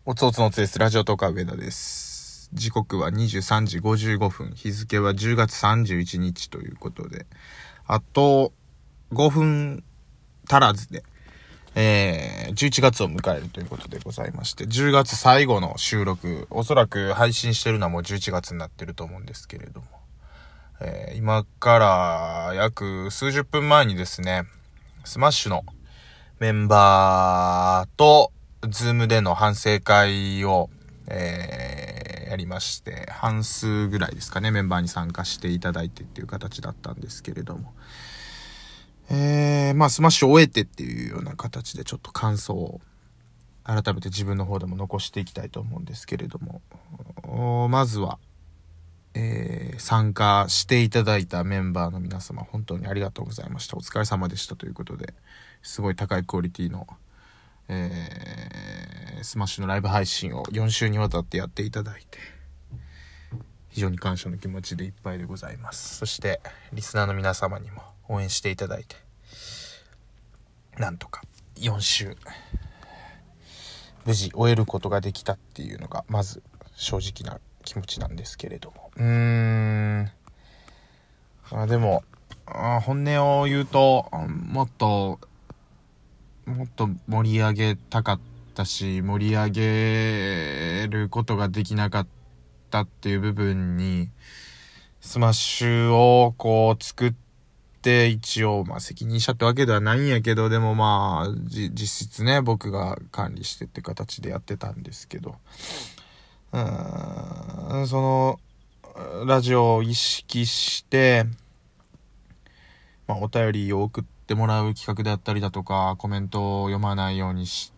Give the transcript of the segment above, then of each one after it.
おつおつのつです。ラジオトーカー上田です。時刻は23時55分。日付は10月31日ということで、あと5分足らずで、11月を迎えるということでございまして、10月最後の収録、おそらく配信してるのはもう11月になってると思うんですけれども、今から約数十分前にですね、スマッシュのメンバーとズームでの反省会を、やりまして、半数ぐらいですかね、メンバーに参加していただいてっていう形だったんですけれども、スマッシュを終えてっていうような形でちょっと感想を改めて自分の方でも残していきたいと思うんですけれども、まずは、参加していただいたメンバーの皆様、本当にありがとうございました。お疲れ様でしたということで、すごい高いクオリティのスマッシュのライブ配信を4週にわたってやっていただいて、非常に感謝の気持ちでいっぱいでございます。そしてリスナーの皆様にも応援していただいて、なんとか4週無事終えることができたっていうのがまず正直な気持ちなんですけれども、でも本音を言うと、もっと盛り上げたかったし、盛り上げることができなかったっていう部分に、スマッシュをこう作って一応責任者ってわけではないんやけど、でも実質ね、僕が管理してって形でやってたんですけど、そのラジオを意識してお便りを送ってもらう企画であったりだとか、コメントを読まないようにして、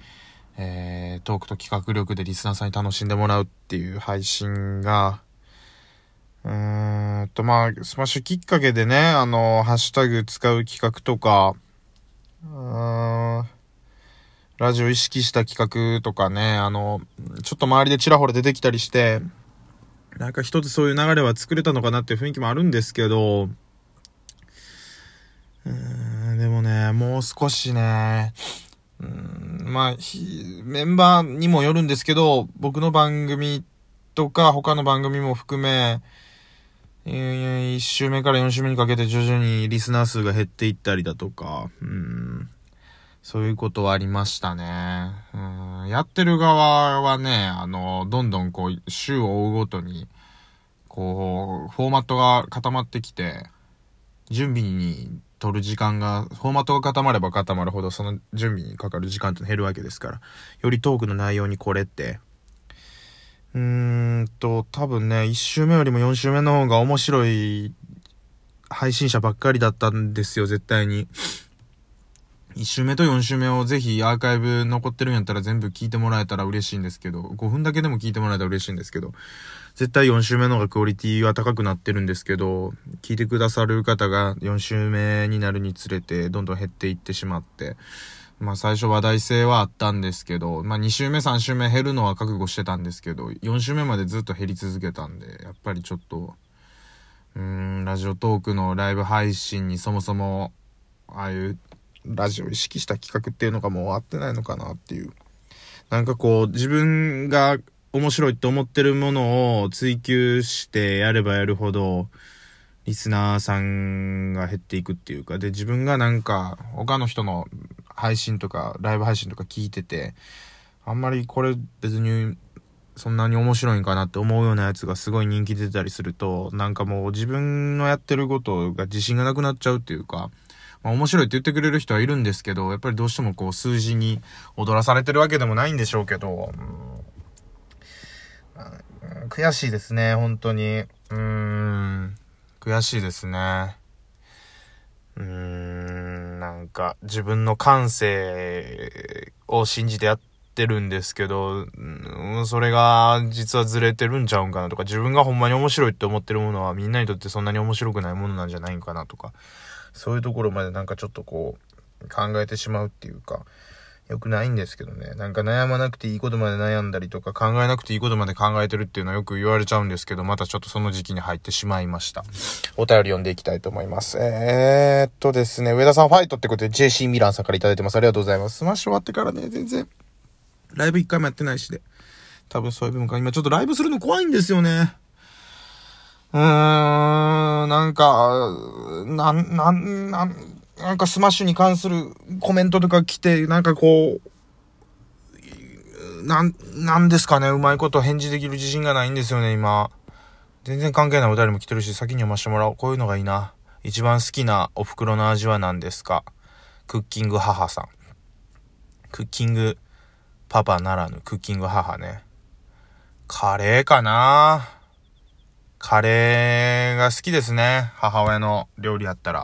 トークと企画力でリスナーさんに楽しんでもらうっていう配信が、スマッシュきっかけでね、ハッシュタグ使う企画とか、ラジオ意識した企画とかね、ちょっと周りでちらほら出てきたりして、なんか一つそういう流れは作れたのかなっていう雰囲気もあるんですけど、でもね、もう少しね、メンバーにもよるんですけど、僕の番組とか他の番組も含め、1週目から4週目にかけて徐々にリスナー数が減っていったりだとか、そういうことはありましたね。やってる側はね、どんどんこう、週を追うごとに、こう、フォーマットが固まってきて、準備に取る時間が、フォーマットが固まれば固まるほど、その準備にかかる時間って減るわけですから、よりトークの内容にこれって、多分ね、1週目よりも4週目の方が面白い配信者ばっかりだったんですよ、絶対に。1週目と4週目をぜひアーカイブ残ってるんやったら全部聞いてもらえたら嬉しいんですけど、5分だけでも聞いてもらえたら嬉しいんですけど、絶対4週目の方がクオリティは高くなってるんですけど、聞いてくださる方が4週目になるにつれてどんどん減っていってしまって、最初話題性はあったんですけど、2週目3週目減るのは覚悟してたんですけど、4週目までずっと減り続けたんで、やっぱりちょっとラジオトークのライブ配信にそもそもああいうラジオを意識した企画っていうのがもう終わってないのかなっていう、なんかこう自分が面白いって思ってるものを追求してやればやるほどリスナーさんが減っていくっていうか、で自分がなんか他の人の配信とかライブ配信とか聞いてて、あんまりこれ別にそんなに面白いんかなって思うようなやつがすごい人気出たりすると、なんかもう自分のやってることが自信がなくなっちゃうっていうか、面白いって言ってくれる人はいるんですけど、やっぱりどうしてもこう数字に踊らされてるわけでもないんでしょうけど、悔しいですね、本当に。悔しいですね。なんか自分の感性を信じてやってるんですけど、それが実はずれてるんちゃうんかなとか、自分がほんまに面白いって思ってるものはみんなにとってそんなに面白くないものなんじゃないんかなとか、そういうところまでなんかちょっとこう考えてしまうっていうか、よくないんですけどね。なんか悩まなくていいことまで悩んだりとか、考えなくていいことまで考えてるっていうのはよく言われちゃうんですけど、またちょっとその時期に入ってしまいました。お便り読んでいきたいと思います。ですね、上田さんファイトってことで JC ミランさんからいただいてます。ありがとうございます。スマッシュ終わってからね、全然ライブ一回もやってないしで。多分そういう部分か。今ちょっとライブするの怖いんですよね。なんか、なんかスマッシュに関するコメントとか来て、なんかこう、なんですかね、うまいこと返事できる自信がないんですよね、今。全然関係ないお便りも来てるし、先に読ませてもらおう。こういうのがいいな。一番好きなお袋の味は何ですか？クッキング母さん。クッキングパパならぬクッキング母ね。カレーかな。カレーが好きですね。母親の料理やったら。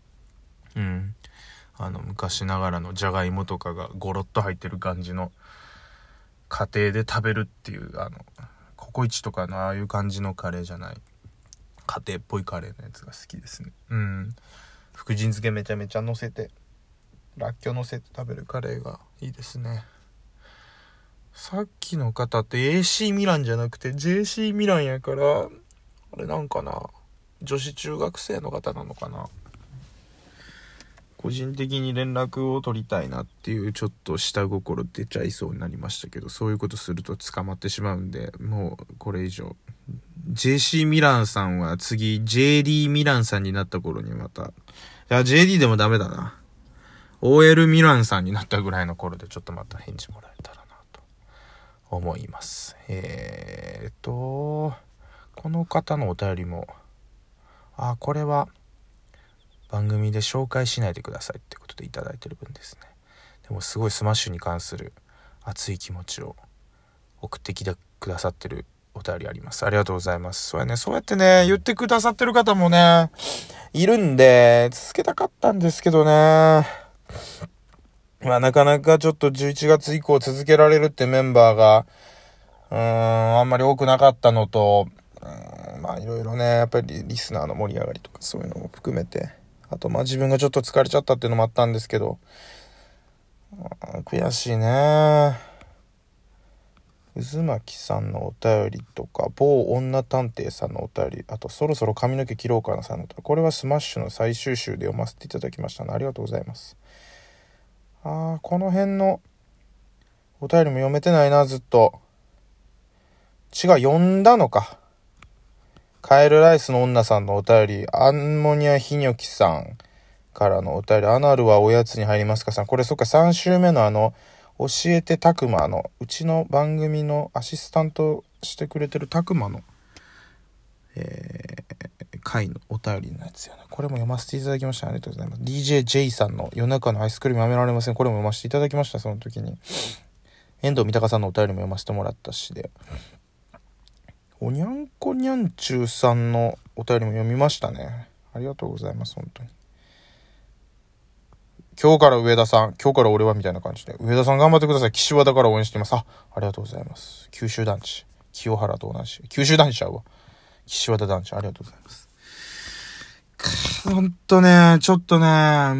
昔ながらのじゃがいもとかがゴロッと入ってる感じの家庭で食べるっていう、ココイチとかのああいう感じのカレーじゃない。家庭っぽいカレーのやつが好きですね。福神漬けめちゃめちゃ乗せて、らっきょう乗せて食べるカレーがいいですね。さっきの方って AC ミランじゃなくて JC ミランやから、あれなんかな、女子中学生の方なのかな。個人的に連絡を取りたいなっていうちょっと下心出ちゃいそうになりましたけど、そういうことすると捕まってしまうんで、もうこれ以上。JC ミランさんは次 JD ミランさんになった頃にまた、いや JD でもダメだな、 OL ミランさんになったぐらいの頃でちょっとまた返事もらえたらなと思います。この方のお便りも、これは番組で紹介しないでくださいってことでいただいてる分ですね。でもすごいスマッシュに関する熱い気持ちを送ってきてくださってるお便りあります。ありがとうございます。そうやってね、言ってくださってる方もね、いるんで、続けたかったんですけどね。なかなかちょっと11月以降続けられるってメンバーが、あんまり多くなかったのと、いろいろね、やっぱりリスナーの盛り上がりとかそういうのも含めて、あと自分がちょっと疲れちゃったっていうのもあったんですけど、悔しいね。渦巻さんのお便りとか、某女探偵さんのお便り、あとそろそろ髪の毛切ろうかなさんのお便り、これはスマッシュの最終週で読ませていただきましたね。ありがとうございます。この辺のお便りも読めてないな、ずっと。読んだのか。カエルライスの女さんのお便り、アンモニアヒニョキさんからのお便り、アナルはおやつに入りますかさん。これそっか、3週目の教えてたくまの、うちの番組のアシスタントしてくれてるたくまの、回のお便りのやつよね。これも読ませていただきました。ありがとうございます。DJJ さんの夜中のアイスクリームやめられません。これも読ませていただきました。その時に遠藤三鷹さんのお便りも読ませてもらったしで、おにゃんこにゃんちゅうさんのお便りも読みましたね。ありがとうございます。本当に今日から上田さん、今日から俺はみたいな感じで、上田さん頑張ってください。岸和田から応援しています。ありがとうございます。九州団地、清原と同じ九州団地ちゃうわ、岸和田団地、ありがとうございます。ほんとね、ちょっとね、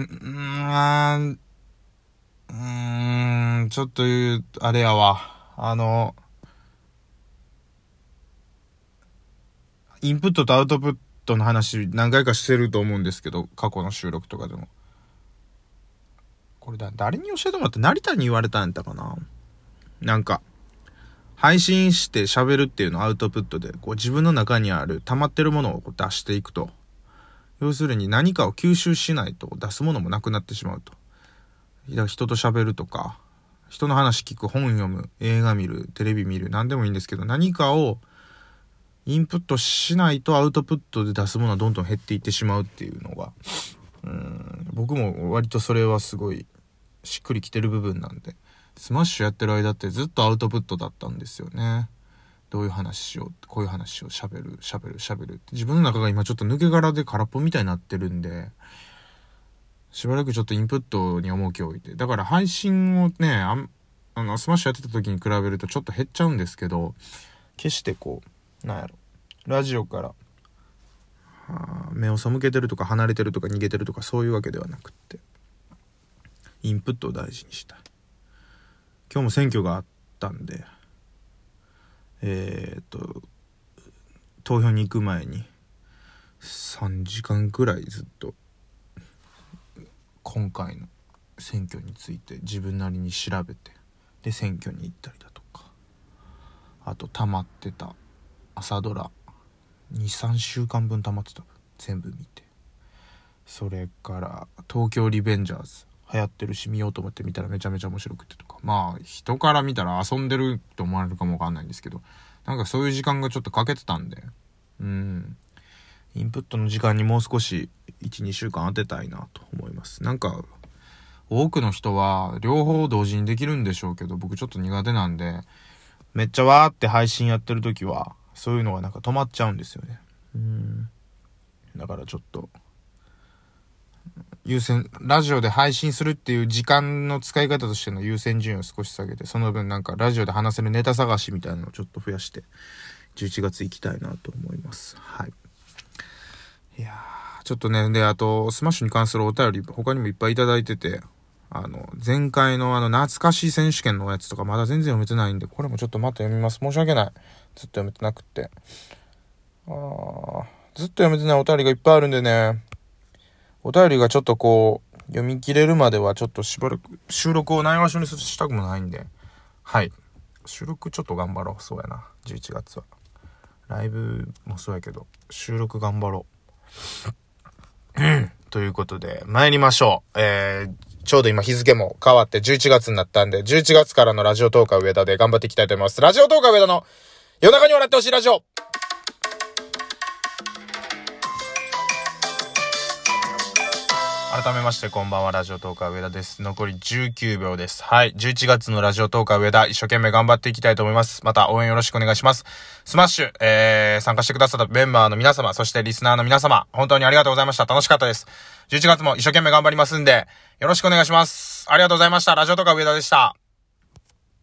ちょっとあれやわ、インプットとアウトプットの話何回かしてると思うんですけど、過去の収録とかでも。これ誰に教えてもらって、成田に言われたんやったかな。なんか配信して喋るっていうのをアウトプットで、こう自分の中にある溜まってるものをこう出していくと、要するに何かを吸収しないと出すものもなくなってしまうと。だから人と喋るとか、人の話聞く、本読む、映画見る、テレビ見る、何でもいいんですけど、何かをインプットしないとアウトプットで出すものはどんどん減っていってしまうっていうのが、僕も割とそれはすごいしっくりきてる部分なんで、スマッシュやってる間ってずっとアウトプットだったんですよね。どういう話しよう、こういう話を喋るって、自分の中が今ちょっと抜け殻で空っぽみたいになってるんで、しばらくちょっとインプットに重きを置いて、だから配信をね、スマッシュやってた時に比べるとちょっと減っちゃうんですけど、決してこうラジオから目を背けてるとか離れてるとか逃げてるとかそういうわけではなくって、インプットを大事にしたい。今日も選挙があったんで、投票に行く前に3時間くらいずっと今回の選挙について自分なりに調べてで選挙に行ったりだとか、あと溜まってた朝ドラ 2,3 週間分溜まってた全部見て、それから東京リベンジャーズ流行ってるし見ようと思って見たらめちゃめちゃ面白くてとか、まあ人から見たら遊んでると思われるかもわかんないんですけど、なんかそういう時間がちょっと欠けてたんで、インプットの時間にもう少し 1,2 週間当てたいなと思います。なんか多くの人は両方同時にできるんでしょうけど、僕ちょっと苦手なんで、めっちゃわーって配信やってる時はそういうのがなんか止まっちゃうんですよね。だからちょっとラジオで配信するっていう時間の使い方としての優先順位を少し下げて、その分なんかラジオで話せるネタ探しみたいなのをちょっと増やして11月行きたいなと思います。はい。いやー、ちょっとね、で、あとスマッシュに関するお便り他にもいっぱいいただいてて、前回の懐かしい選手権のやつとかまだ全然読めてないんで、これもちょっとまた読みます。申し訳ない。ずっと読めてなくって。ずっと読めてないお便りがいっぱいあるんでね、お便りがちょっとこう読み切れるまではちょっとしばらく収録をないがしろにしたくもないんで、はい、収録ちょっと頑張ろう。そうやな、11月はライブもそうやけど収録頑張ろうということで参りましょう。ちょうど今日付も変わって11月になったんで、11月からのラジオトーカー上田で頑張っていきたいと思います。ラジオトーカー上田の夜中に笑ってほしいラジオ。改めましてこんばんは、ラジオトーカー上田です。残り19秒です。はい、11月のラジオトーカー上田、一生懸命頑張っていきたいと思います。また応援よろしくお願いします。スマッシュ、参加してくださったメンバーの皆様、そしてリスナーの皆様、本当にありがとうございました。楽しかったです。11月も一生懸命頑張りますんでよろしくお願いします。ありがとうございました。ラジオトーカー上田でした。